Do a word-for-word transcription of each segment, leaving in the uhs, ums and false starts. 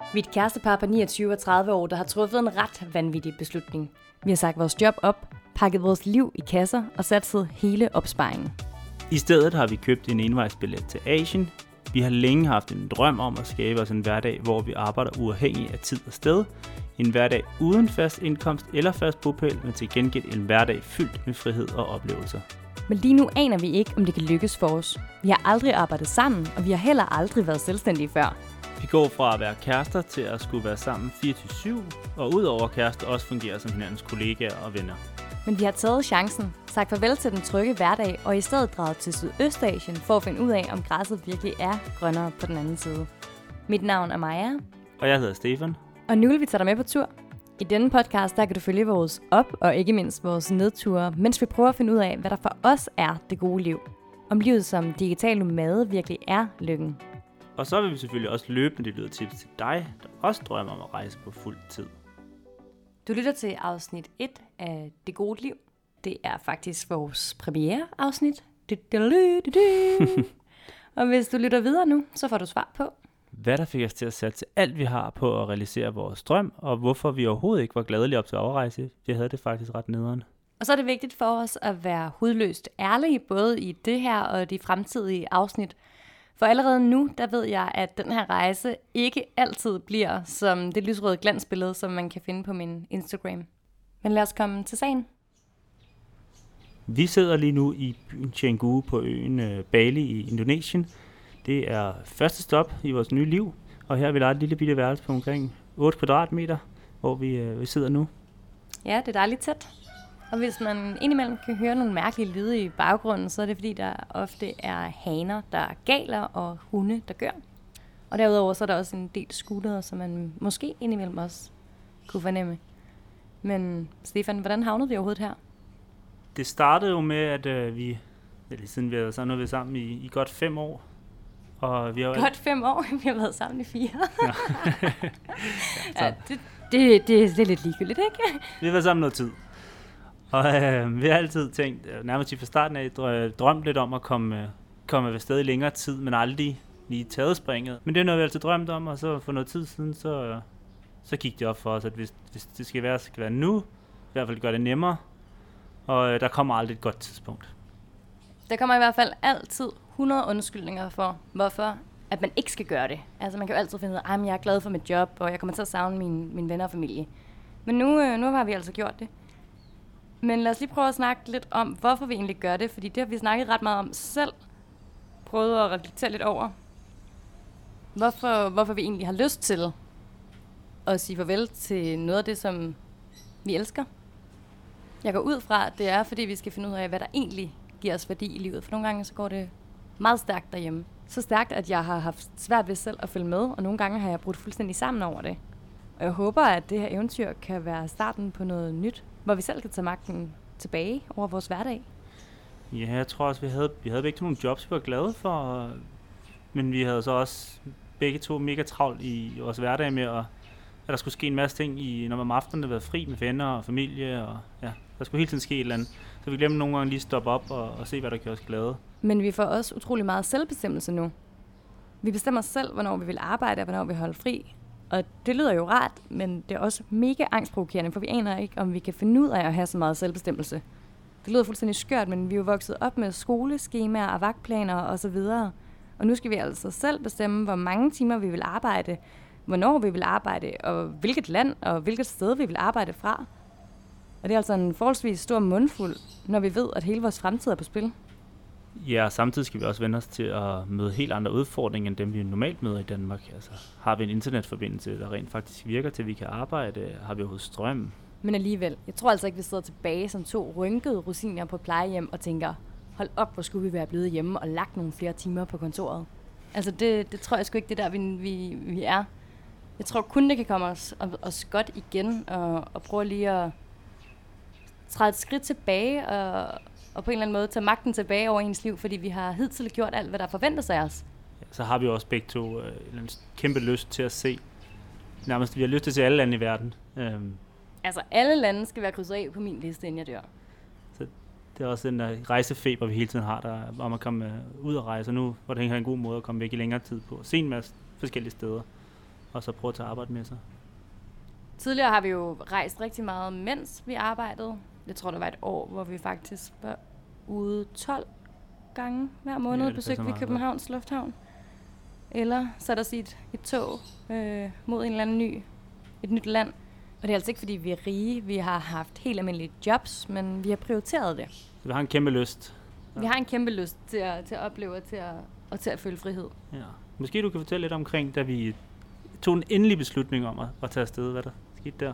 Vi er et kærestepar på niogtyve og tredive år, der har truffet en ret vanvittig beslutning. Vi har sagt vores job op, pakket vores liv i kasser og satset hele opsparingen. I stedet har vi købt en envejsbillet til Asien. Vi har længe haft en drøm om at skabe os en hverdag, hvor vi arbejder uafhængig af tid og sted. En hverdag uden fast indkomst eller fast bopæl, men til gengæld en hverdag fyldt med frihed og oplevelser. Men lige nu aner vi ikke, om det kan lykkes for os. Vi har aldrig arbejdet sammen, og vi har heller aldrig været selvstændige før. Vi går fra at være kærester til at skulle være sammen fireogtyve syv, og udover kærester også fungere som hinandens kollegaer og venner. Men vi har taget chancen, sagt farvel til den trygge hverdag, og i stedet draget til Sydøstasien for at finde ud af, om græsset virkelig er grønnere på den anden side. Mit navn er Maja. Og jeg hedder Stefan. Og nu vil vi tage dig med på tur. I denne podcast, der kan du følge vores op- og ikke mindst vores nedture, mens vi prøver at finde ud af, hvad der for os er det gode liv. Om livet som digital nomade virkelig er lykken. Og så vil vi selvfølgelig også løbende dele tips til dig, der også drømmer om at rejse på fuld tid. Du lytter til afsnit et af Det Gode Liv. Det er faktisk vores premiere-afsnit. Og hvis du lytter videre nu, så får du svar på, hvad der fik os til at satse alt, vi har på at realisere vores drøm, og hvorfor vi overhovedet ikke var gladelige op til afrejse. Vi havde det faktisk ret nederen. Og så er det vigtigt for os at være hudløst ærlige, både i det her og de fremtidige afsnit. For allerede nu, der ved jeg, at den her rejse ikke altid bliver som det lysrøde glansbillede, som man kan finde på min Instagram. Men lad os komme til sagen. Vi sidder lige nu i byen Canggu på øen Bali i Indonesien. Det er første stop i vores nye liv, og her har vi lejet et lille bitte værelse på omkring otte kvadratmeter, hvor vi, øh, vi sidder nu. Ja, det er dejligt tæt. Og hvis man indimellem kan høre nogle mærkelige lyde i baggrunden, så er det fordi, der ofte er haner, der galer, og hunde, der gør. Og derudover så er der også en del skuldre, som man måske indimellem også kunne fornemme. Men Stefan, hvordan havnede vi overhovedet her? Det startede jo med, at øh, vi, eller siden vi har været, nu vi sammen i, i godt fem år. Og vi har godt fem år? Vi har været sammen i fire. Ja. Ja, ja, det, det, det, det er lidt ligegyldigt, ikke? Vi har været sammen noget tid. Og øh, vi har altid tænkt, nærmest fra starten af, drømt lidt om at komme, komme afsted i længere tid, men aldrig lige taget springet. Men det er noget, vi altid drømt om, og så for noget tid siden, så, så gik det op for os, at hvis, hvis det skal være, så skal det være nu. I hvert fald gøre det nemmere, og øh, der kommer aldrig et godt tidspunkt. Der kommer i hvert fald altid hundrede undskyldninger for, hvorfor at man ikke skal gøre det. Altså man kan jo altid finde ud af, at jeg er glad for mit job, og jeg kommer til at savne mine, mine venner og familie. Men nu, øh, nu har vi altså gjort det. Men lad os lige prøve at snakke lidt om, hvorfor vi egentlig gør det, fordi det har vi snakket ret meget om selv. Prøvet at reflektere lidt over, hvorfor, hvorfor vi egentlig har lyst til at sige farvel til noget af det, som vi elsker. Jeg går ud fra, at det er, fordi vi skal finde ud af, hvad der egentlig giver os værdi i livet. For nogle gange så går det meget stærkt derhjemme. Så stærkt, at jeg har haft svært ved selv at følge med, og nogle gange har jeg brudt fuldstændig sammen over det. Og jeg håber, at det her eventyr kan være starten på noget nyt, hvor vi selv kan tage magten tilbage over vores hverdag. Ja, jeg tror også, vi havde, vi havde begge to nogle jobs, vi var glade for, men vi havde så også begge to mega travlt i vores hverdag med, at, at der skulle ske en masse ting, i, når man om aftenen havde været fri med venner og familie, og ja, der skulle hele tiden ske et eller andet. Så vi glemte nogle gange lige at stoppe op og, og se, hvad der gør os glade. Men vi får også utrolig meget selvbestemmelse nu. Vi bestemmer selv, hvornår vi vil arbejde og hvornår vi holder fri. Og det lyder jo rart, men det er også mega angstprovokerende, for vi aner ikke, om vi kan finde ud af at have så meget selvbestemmelse. Det lyder fuldstændig skørt, men vi er jo vokset op med skoleskemaer og vagtplaner osv. Og nu skal vi altså selv bestemme, hvor mange timer vi vil arbejde, hvornår vi vil arbejde, og hvilket land og hvilket sted vi vil arbejde fra. Og det er altså en forholdsvis stor mundfuld, når vi ved, at hele vores fremtid er på spil. Ja, samtidig skal vi også vende os til at møde helt andre udfordringer, end dem vi normalt møder i Danmark. Altså, har vi en internetforbindelse, der rent faktisk virker til, at vi kan arbejde? Har vi overhovedet strøm? Men alligevel, jeg tror altså ikke, vi sidder tilbage som to rynkede rosiner på plejehjem og tænker, hold op, hvor skulle vi være blevet hjemme og lagt nogle flere timer på kontoret. Altså, det, det tror jeg sgu ikke, det er der, vi, vi, vi er. Jeg tror kun, det kan komme os, os godt igen og, og prøve lige at træde et skridt tilbage og, og på en eller anden måde tage magten tilbage over ens liv, fordi vi har hidtil gjort alt, hvad der forventes af os. Ja, så har vi også begge to øh, en kæmpe lyst til at se. Nærmest, vi har lyst til at se alle lande i verden. Øhm. Altså, alle lande skal være krydset af på min liste, inden jeg dør. Så det er også den der rejsefeber, vi hele tiden har, der, om at komme øh, ud og rejse. Og nu, hvor det er en god måde at komme væk i længere tid på. Se en masse forskellige steder. og så prøve at tage arbejde med sig. Tidligere har vi jo rejst rigtig meget, mens vi arbejdede. Jeg tror, der var et år, hvor vi faktisk var ude tolv gange hver måned, ja, besøgte vi Københavns Lufthavn. Eller satte os i et, et tog øh, mod en eller anden ny, et nyt land. Og det er altså ikke, fordi vi er rige. Vi har haft helt almindelige jobs, men vi har prioriteret det. Så vi har en kæmpe lyst. Ja. Vi har en kæmpe lyst til at, til at opleve og til at, og til at føle frihed. Ja. Måske du kan fortælle lidt omkring, da vi tog en endelig beslutning om at, at tage afsted. Hvad der skete der?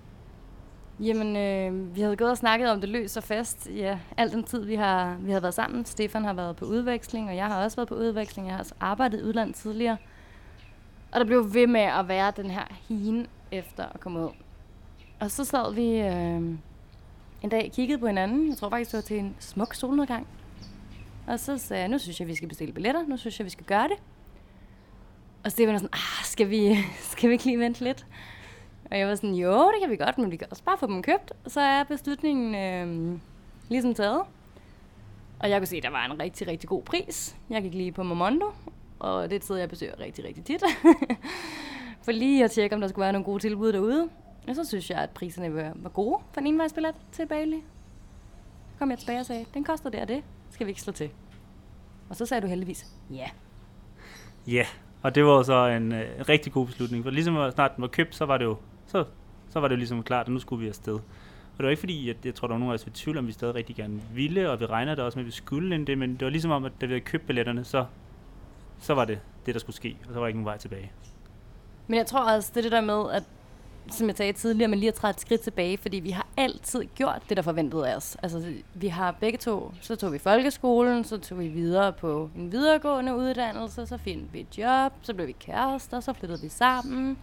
Jamen, øh, vi havde gået og snakket om det løs og fast. Ja, al den tid, vi har, vi har været sammen. Stefan har været på udveksling, og jeg har også været på udveksling. Jeg har også arbejdet i udlandet tidligere. Og der blev ved med at være den her hien efter at komme ud. Og så sad vi øh, en dag og kiggede på hinanden. Jeg tror faktisk, det var til en smuk solnedgang. Og så sagde jeg, nu synes jeg, vi skal bestille billetter. Nu synes jeg, vi skal gøre det. Og Stefan var sådan, ah, skal vi, skal vi ikke lige vente lidt? Og jeg var sådan, jo, det kan vi godt, men vi kan også bare få dem købt. Og så er beslutningen øh, ligesom taget. Og jeg kunne se, at der var en rigtig, rigtig god pris. Jeg gik lige på Momondo, og det er et sted, jeg besøger rigtig, rigtig tit. For lige at tjekke, om der skulle være nogle gode tilbud derude. Og så synes jeg, at priserne var, var gode for en envejsbillet til Bali. Så kom jeg tilbage og sagde, den koster det og det. Skal vi ikke slå til? Og så sagde du heldigvis, ja. Yeah. Ja, yeah. Og det var så en øh, rigtig god beslutning. For ligesom snart den var købt, så var det jo så, så var det jo ligesom klart, at nu skulle vi afsted. Og det var ikke fordi, at jeg tror, der var nogen af os, vi tvivl om, vi stadig rigtig gerne ville, og vi regner det også med, at vi skulle ind det, men det var ligesom om, at da vi havde købt billetterne, så, så var det det, der skulle ske, og så var ikke nogen vej tilbage. Men jeg tror også, det er det der med, at som jeg sagde tidligere, man lige har træet et skridt tilbage, fordi vi har altid gjort det, der forventede af os. Altså, vi har begge to, så tog vi folkeskolen, så tog vi videre på en videregående uddannelse, så fik vi et job, så blev vi kærester, så flyttede vi sammen.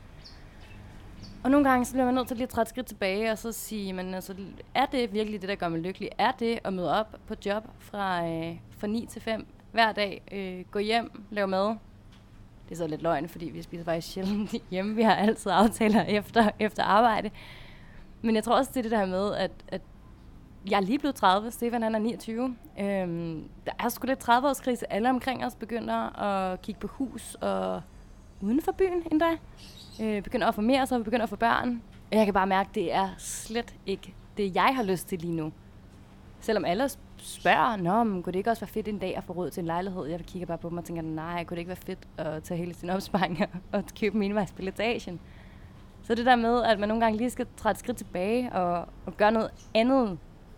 Og nogle gange, så bliver man nødt til lige at træde et skridt tilbage, og så sige, men altså, er det virkelig det, der gør mig lykkelig? Er det at møde op på job fra, øh, fra ni til fem hver dag, øh, gå hjem, lave mad? Det er så lidt løgn, fordi vi spiser faktisk sjældent hjemme. Vi har altid aftaler efter, efter arbejde. Men jeg tror også, det er det der med, at, at jeg er lige blevet tredive. Stefan, han er niogtyve. Øhm, der er sgu lidt tredive-årskrise. Alle omkring os begynder at kigge på hus og uden for byen endda. Øh, begynder at formere sig, begynder at få børn. Og jeg kan bare mærke, at det er slet ikke det, jeg har lyst til lige nu. Selvom alle spørger, nå, men kunne det ikke også være fedt en dag at få råd til en lejlighed? Jeg kigger bare på dem og tænker, nej, kunne det ikke være fedt at tage hele sin opsparing og købe en envejsbillet til Asien? Så det der med, at man nogle gange lige skal træde et skridt tilbage og, og gøre noget andet.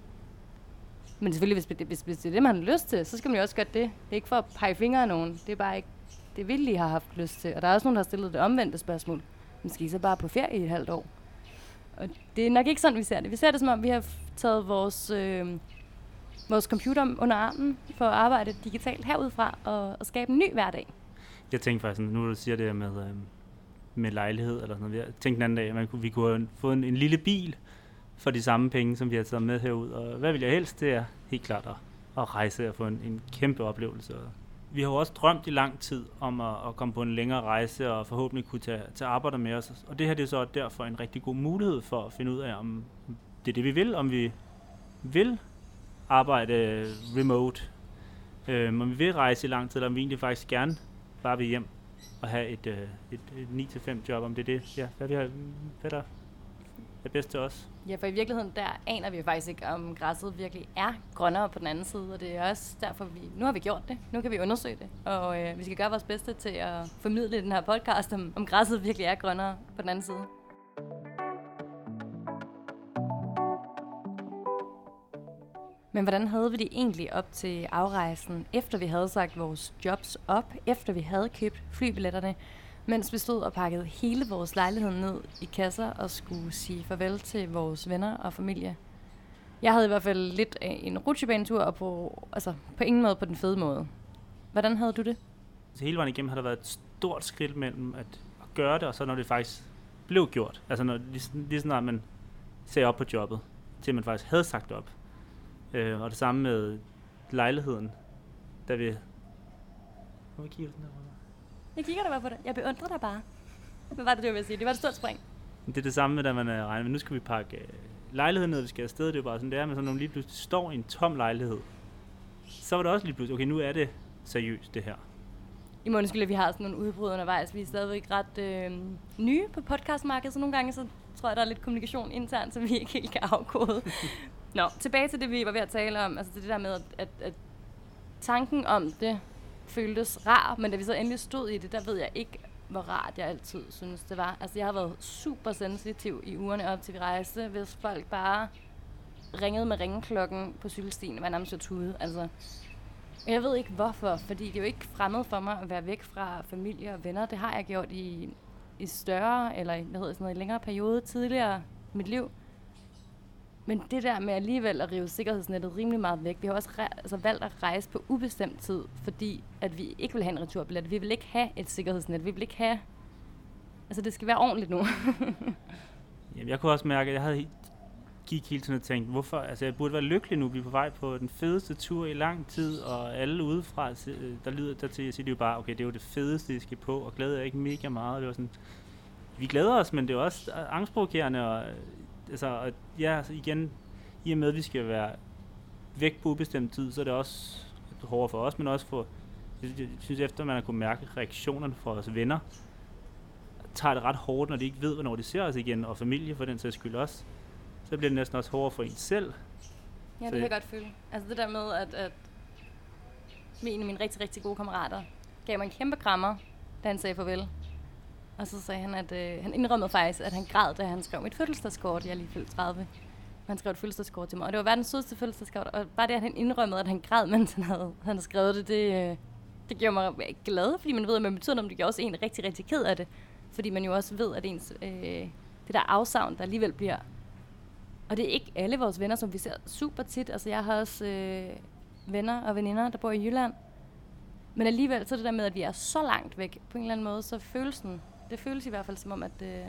Men selvfølgelig, hvis, hvis, hvis det er det, man har lyst til, så skal man jo også gøre det. Det er ikke for at pege fingre af nogen. Det er bare ikke det, vi lige har haft lyst til. Og der er også nogen, der har stillet det omvendte spørgsmål. Men skal I så bare på ferie i et halvt år? Og det er nok ikke sådan, vi ser det. Vi ser det, som om vi har taget vores, øh, vores computer under armen for at arbejde digitalt herudfra og, og skabe en ny hverdag. Jeg tænkte faktisk, nu du siger det med, øh, med lejlighed eller sådan noget. Jeg tænkte den anden dag, at man kunne, vi kunne have fået en, en lille bil for de samme penge, som vi har taget med herud. Og hvad vil jeg helst? Det er helt klart at, at rejse og få en, en kæmpe oplevelse. Vi har jo også drømt i lang tid om at, at komme på en længere rejse og forhåbentlig kunne tage, tage arbejde med os. Og det her det er så derfor en rigtig god mulighed for at finde ud af, om det er det, vi vil. Om vi vil arbejde remote, øhm, om vi vil rejse i lang tid, eller om vi egentlig faktisk gerne bare vil hjem og have et, et, et, et ni til fem job. Om det er det, ja, hvad, vi har, hvad der er bedst til os. Ja, for i virkeligheden, der aner vi jo faktisk ikke, om græsset virkelig er grønnere på den anden side, og det er også derfor, vi nu har vi gjort det. Nu kan vi undersøge det, og øh, vi skal gøre vores bedste til at formidle den her podcast, om, om græsset virkelig er grønnere på den anden side. Men hvordan havde vi det egentlig op til afrejsen, efter vi havde sagt vores jobs op, efter vi havde købt flybilletterne, mens vi stod og pakkede hele vores lejlighed ned i kasser og skulle sige farvel til vores venner og familie? Jeg havde i hvert fald lidt af en rutsjebanetur, og på, altså, på ingen måde på den fede måde. Hvordan havde du det? Så hele vejen igennem har der været et stort skridt mellem at gøre det, og så når det faktisk blev gjort. Altså når, lige, lige sådan, at man ser op på jobbet, til man faktisk havde sagt op. Øh, og det samme med lejligheden, da vi... Hvor kigger du den der på? Jeg kigger da bare på det. Jeg beundrer dig bare. Hvad var det, du ville sige? Det var et stort spring. Det er det samme med, da man regner med, nu skal vi pakke øh, lejligheden ned, vi skal afsted. Det er jo bare sådan, det er, men så når man lige pludselig står i en tom lejlighed, så var det også lige pludselig, okay, nu er det seriøst det her. I må undskylde, at vi har sådan nogle udbrud undervejs. Vi er stadigvæk ret øh, nye på podcastmarkedet, så nogle gange så tror jeg, der er lidt kommunikation internt, så vi ikke helt kan afkode. Nå, tilbage til det, vi var ved at tale om. Altså det der med, at, at, at tanken om det føltes rar, men da vi så endelig stod i det, der ved jeg ikke, hvor rart jeg altid synes, det var. Altså jeg har været super sensitiv i ugerne op til vi rejste, hvis folk bare ringede med ringeklokken på cykelstien og var nærmest tude. Altså, jeg ved ikke hvorfor, fordi det er jo ikke fremmed for mig at være væk fra familie og venner. Det har jeg gjort i, i større, eller hvad hedder sådan noget, i længere periode tidligere i mit liv. Men det der med alligevel at rive sikkerhedsnettet rimelig meget væk. Vi har også re- altså valgt at rejse på ubestemt tid, fordi at vi ikke vil have en returbillet. Vi vil ikke have et sikkerhedsnet. Vi vil ikke have... Altså det skal være ordentligt nu. Jamen, jeg kunne også mærke, at jeg havde gik hele tiden og tænkte, hvorfor? Altså jeg burde være lykkelig nu, vi er på vej på den fedeste tur i lang tid, og alle udefra, der lyder der til, at sige, det er jo bare, okay, det er jo det fedeste, I skal på, og glæder jeg ikke mega meget. Det var sådan, vi glæder os, men det er også angstprovokerende, og altså, og ja, altså igen, i og med, at vi skal være væk på ubestemt tid, så er det også hårdere for os, men også for, jeg synes efter, man har kunnet mærke reaktionerne fra vores venner, tager det ret hårdt, når de ikke ved, hvornår de ser os igen, og familie for den sags skyld også, så bliver det næsten også hårdere for en selv. Ja, det kan jeg godt føle. Altså det der med, at, at en af mine rigtig, rigtig gode kammerater gav mig en kæmpe krammer, da han sagde farvel. Og så sagde han, at øh, han indrømmede faktisk, at han græd, da han skrev mit fødselsdagskort. Jeg er lige fyldt tredive. Han skrev et fødselsdagskort til mig, og det var verdens sødeste fødselsdagskort. Og bare det, at han indrømmede, at han græd, mens han havde, han havde skrevet det, det, øh, det gjorde mig glad, fordi man ved, at man betyder noget, men det gør også en rigtig, rigtig ked af det. Fordi man jo også ved, at ens, øh, det der afsavn, der alligevel bliver. Og det er ikke alle vores venner, som vi ser super tit. Altså jeg har også øh, venner og veninder, der bor i Jylland. Men alligevel, så det der med, at vi er så langt væk, på en eller anden måde, så følelsen, det føles i hvert fald som om, at, øh, ja.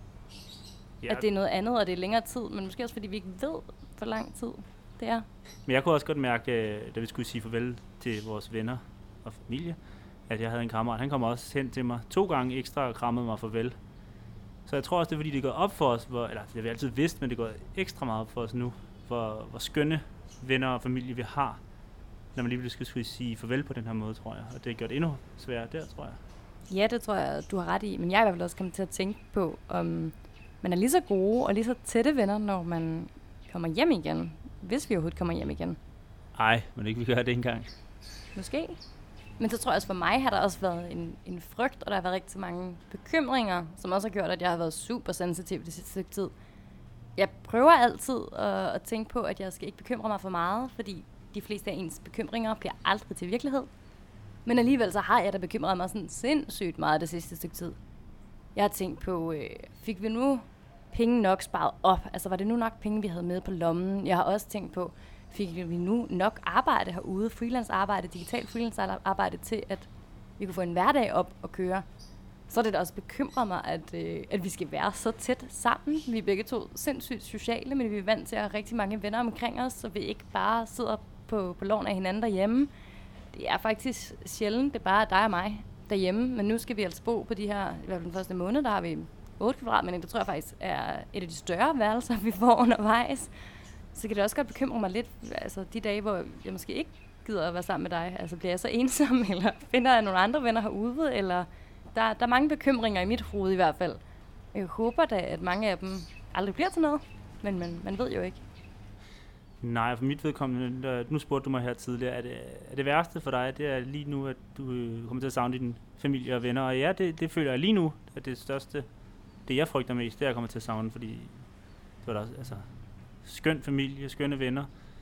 at det er noget andet, og det er længere tid. Men måske også, fordi vi ikke ved, hvor lang tid det er. Men jeg kunne også godt mærke, da vi skulle sige farvel til vores venner og familie, at jeg havde en kammerat. Han kom også hen til mig to gange ekstra og krammede mig farvel. Så jeg tror også, det er fordi, det går op for os, hvor, eller det har vi altid vidst, men det går ekstra meget op for os nu, hvor, hvor skønne venner og familie vi har, når man lige skal skulle sige farvel på den her måde, tror jeg. Og det har gjort endnu sværere der, tror jeg. Ja, det tror jeg, du har ret i. Men jeg er i hvert fald også kommet til at tænke på, om man er lige så gode og lige så tætte venner, når man kommer hjem igen. Hvis vi overhovedet kommer hjem igen. Ej, men ikke vi gør det engang. Måske. Men så tror jeg også for mig har der også været en, en frygt, og der har været rigtig mange bekymringer, som også har gjort, at jeg har været super sensitiv det sidste stykke tid. Jeg prøver altid at, at tænke på, at jeg skal ikke bekymre mig for meget, fordi de fleste af ens bekymringer bliver aldrig til virkelighed. Men alligevel så har jeg da bekymret mig sådan sindssygt meget det sidste stykke tid. Jeg har tænkt på, øh, fik vi nu penge nok sparet op? Altså var det nu nok penge, vi havde med på lommen? Jeg har også tænkt på, fik vi nu nok arbejde herude, freelance-arbejde, digitalt freelance-arbejde til, at vi kunne få en hverdag op og køre. Så er det da også bekymret mig, at, øh, at vi skal være så tæt sammen. Vi er begge to sindssygt sociale, men vi er vant til at have rigtig mange venner omkring os, så vi ikke bare sidder på, på loven af hinanden derhjemme. Det er faktisk sjældent, det er bare dig og mig derhjemme, men nu skal vi altså bo på de her, i hvert fald den første måned, der har vi otte kvadratmeter, det tror jeg faktisk er et af de større værelser, vi får undervejs. Så kan det også godt bekymre mig lidt, altså de dage, hvor jeg måske ikke gider at være sammen med dig. Altså bliver jeg så ensom, eller finder jeg nogle andre venner herude, eller der, der er mange bekymringer i mit hoved i hvert fald. Jeg håber da, at mange af dem aldrig bliver til noget, men man, man ved jo ikke. Nej, for mit vedkommende, nu spurgte du mig her tidligere, er det, er det værste for dig, det er lige nu, at du kommer til at savne din familie og venner, og ja, det, det føler jeg lige nu, at det største, det jeg frygter mest, det er, at jeg kommer til at savne, fordi det var da også, altså, skøn familie, skønne venner,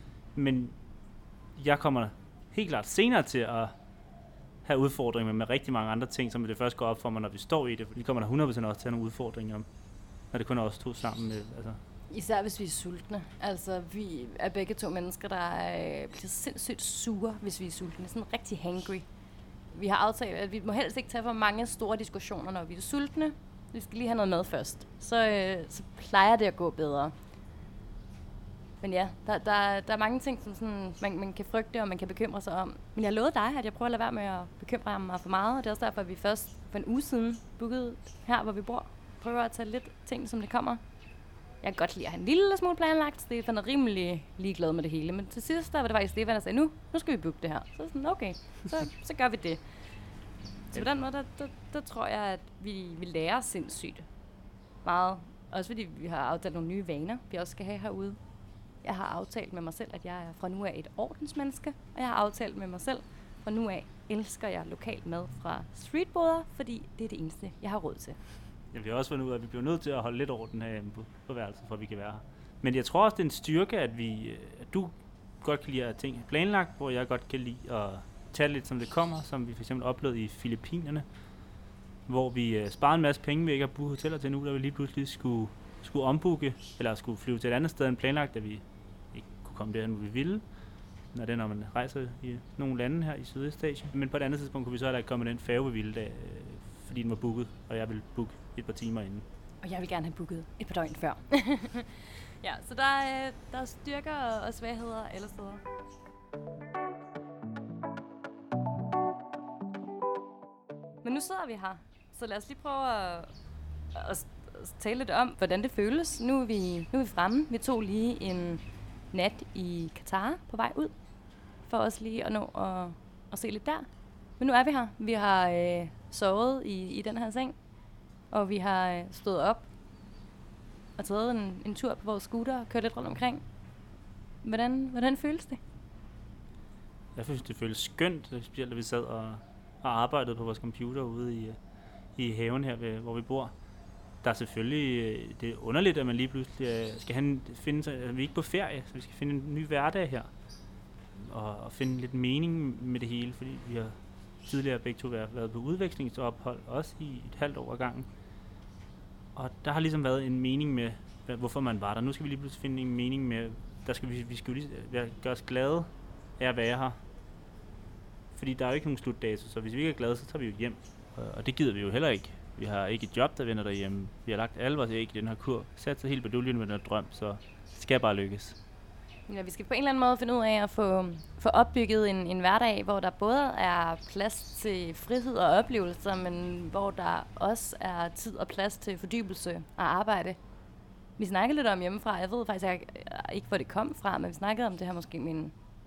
men jeg kommer helt klart senere til at have udfordringer med rigtig mange andre ting, som det først går op for mig, når vi står i det, for vi kommer der hundrede procent også til at have nogle udfordringer, når det kun er os to sammen med, altså. Især hvis vi er sultne. Altså, vi er begge to mennesker, der er, bliver sindssygt sure, hvis vi er sultne. Sådan rigtig hangry. Vi har aftalt, at vi må helst ikke tage for mange store diskussioner, når vi er sultne. Vi skal lige have noget mad først. Så, øh, så plejer det at gå bedre. Men ja, der, der, der er mange ting, som sådan, man, man kan frygte, og man kan bekymre sig om. Men jeg lovede dig, at jeg prøver at lade være med at bekymre mig for meget. Og det er også derfor, at vi først for en uge siden bookede her, hvor vi bor. Prøver at tage lidt ting, som det kommer. Jeg kan godt lide at have en lille smule planlagt. Stefan er rimelig ligeglad med det hele. Men til sidst, der var det faktisk Stefan, der sagde, nu, nu skal vi booke det her. Så sådan, okay, så, så gør vi det. Så på den måde, der, der, der tror jeg, at vi, vi lærer sindssygt meget. Også fordi vi har aftalt nogle nye vaner, vi også skal have herude. Jeg har aftalt med mig selv, at jeg er fra nu af et ordensmenneske. Og jeg har aftalt med mig selv, fra nu af elsker jeg lokal mad fra streetboder, fordi det er det eneste, jeg har råd til. Ja, vi har også fundet ud af, at vi bliver nødt til at holde lidt orden herhjemme på, på værelset, for at vi kan være her. Men jeg tror også, det er en styrke, at, vi, at du godt kan lide at ting planlagt, hvor jeg godt kan lide at tage lidt, som det kommer, som vi for eksempel oplevede i Filippinerne, hvor vi uh, sparede en masse penge ved ikke at booke hoteller til nu, da vi lige pludselig skulle, skulle ombooke, eller skulle flyve til et andet sted end planlagt, da vi ikke kunne komme derhen, hvor vi ville. Når det er, når man rejser i nogle lande her i Sydøstasien. Men på et andet tidspunkt kunne vi så heller ikke komme med den færge, vi ville, da, fordi den var booket, og jeg ville booke et par timer inden. Og jeg vil gerne have booket et par døgn før. Ja, så der er, der er styrker og svagheder alle steder. Men nu sidder vi her, så lad os lige prøve at, at, at tale lidt om, hvordan det føles. Nu er vi, nu er vi fremme. Vi tog lige en nat i Qatar på vej ud, for os lige at nå at, at se lidt der. Men nu er vi her. Vi har øh, sovet i, i den her seng, og vi har øh, stået op og taget en, en tur på vores scooter og kørt lidt rundt omkring. Hvordan, hvordan føles det? Jeg synes, det føles skønt, specielt da vi sad og, og arbejdede på vores computer ude i, i haven her, ved, hvor vi bor. Der er selvfølgelig, det er underligt, at man lige pludselig skal have, finde sig, at vi er ikke på ferie, så vi skal finde en ny hverdag her. Og, og finde lidt mening med det hele, fordi vi har tidligere begge to været, været på udvekslingsophold, også i et halvt år ad gangen. Og der har ligesom været en mening med, hvorfor man var der. Nu skal vi lige pludselig finde en mening med, der skal vi, vi skal jo lige være, gøre os glade af at være her. Fordi der er jo ikke nogen slutdato, så hvis vi ikke er glade, så tager vi jo hjem. Og det gider vi jo heller ikke. Vi har ikke et job, der vender derhjemme. Vi har lagt alle vores æg i den her kur. Sat sig helt beduljen med den drøm, så det skal bare lykkes. Ja, vi skal på en eller anden måde finde ud af at få, få opbygget en, en hverdag, hvor der både er plads til frihed og oplevelser, men hvor der også er tid og plads til fordybelse og arbejde. Vi snakkede lidt om hjemmefra. Jeg ved faktisk jeg, ikke, hvor det kom fra, men vi snakkede om det her måske min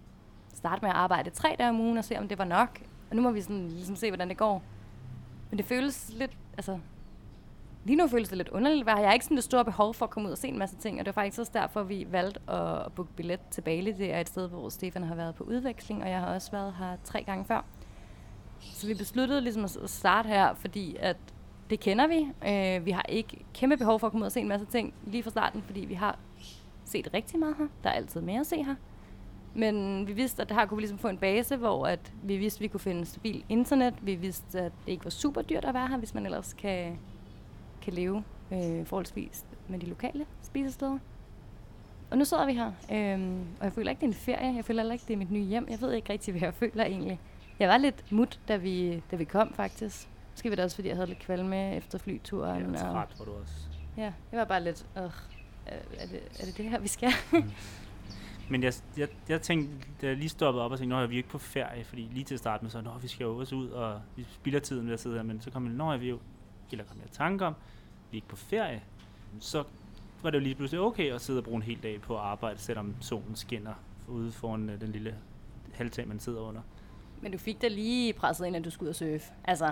start med at arbejde tre dage om ugen og se, om det var nok. Og nu må vi sådan, ligesom se, hvordan det går. Men det føles lidt, altså... Lige nu føles det lidt underligt. Jeg har ikke sådan det store behov for at komme ud og se en masse ting, og det var faktisk også derfor, vi valgte at booke billet til Bali. Det er et sted, hvor Stefan har været på udveksling, og jeg har også været her tre gange før. Så vi besluttede ligesom at starte her, fordi at det kender vi. Vi har ikke kæmpe behov for at komme ud og se en masse ting lige fra starten, fordi vi har set rigtig meget her. Der er altid mere at se her. Men vi vidste, at det her kunne vi ligesom få en base, hvor at vi vidste, at vi kunne finde stabil internet. Vi vidste, at det ikke var super dyrt at være her, hvis man ellers kan... kan leve øh, forholdsvis med de lokale spisesteder. Og nu sidder vi her, øh, og jeg føler ikke, det er en ferie. Jeg føler heller ikke, det er mit nye hjem. Jeg ved ikke rigtig, hvad jeg føler egentlig. Jeg var lidt mut, da vi, da vi kom, faktisk. Måske var det også, fordi jeg havde lidt kvalme efter flyturen. Ja, træt var du også. Ja, jeg var bare lidt, øh, er, det, er det det her, vi skal? Mm. Men jeg, jeg, jeg tænkte, da jeg lige stoppede op og tænkte, nå, er vi ikke på ferie? Fordi lige til at starte med, så nå, vi skal jo også ud, og vi spilder tiden ved at sidde her. Men så kom jeg, nå, er vi jo eller kom jeg i tanke om, vi er ikke på ferie, så var det jo lige pludselig okay at sidde og bruge en hel dag på at arbejde, selvom solen skinner ude foran den lille halvtag, man sidder under. Men du fik da lige presset ind, at du skulle ud og surfe. Altså.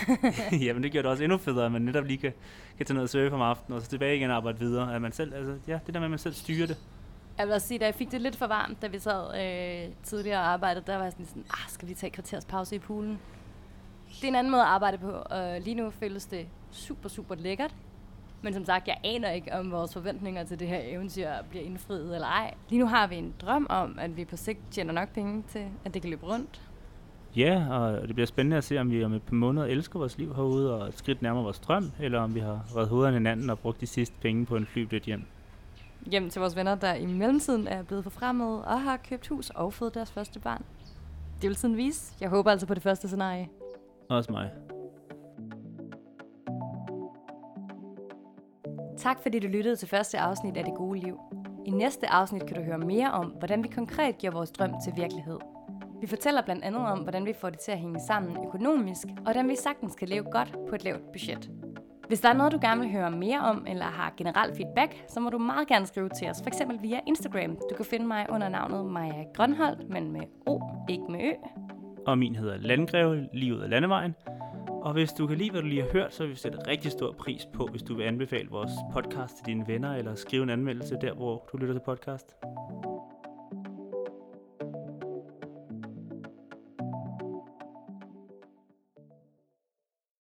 Jamen det gjorde det også endnu federe, at man netop lige kan, kan tage noget surfe om aftenen, og så tilbage igen og arbejde videre. At man selv, altså, ja, det der med, at man selv styrer det. Jeg vil også sige, da jeg fik det lidt for varmt, da vi sad øh, tidligere og arbejdede, der var jeg sådan, sådan ah, skal vi tage et kvarters pause i poolen? Det er en anden måde at arbejde på, og lige nu føles det super, super lækkert. Men som sagt, jeg aner ikke, om vores forventninger til det her eventyr bliver indfriet eller ej. Lige nu har vi en drøm om, at vi på sigt tjener nok penge til, at det kan løbe rundt. Ja, og det bliver spændende at se, om vi om et par måneder elsker vores liv herude og et skridt nærmere vores drøm, eller om vi har reddet hovederne hinanden og brugt de sidste penge på en flybillet hjem. Hjem til vores venner, der i mellemtiden er blevet forfremmet og har købt hus og fået deres første barn. Det vil tiden vise. Jeg håber altså på det første scenarie. Også mig. Tak fordi du lyttede til første afsnit af Det Gode Liv. I næste afsnit kan du høre mere om, hvordan vi konkret gør vores drøm til virkelighed. Vi fortæller blandt andet om, hvordan vi får det til at hænge sammen økonomisk, og hvordan vi sagtens kan leve godt på et lavt budget. Hvis der er noget, du gerne vil høre mere om, eller har generelt feedback, så må du meget gerne skrive til os, f.eks. via Instagram. Du kan finde mig under navnet Maja Grønholdt, men med O, ikke med Ø. Og min hedder Landgreve, livet af landevejen. Og hvis du kan lide, hvad du lige har hørt, så vil vi sætte rigtig stor pris på, hvis du vil anbefale vores podcast til dine venner, eller skrive en anmeldelse der, hvor du lytter til podcast.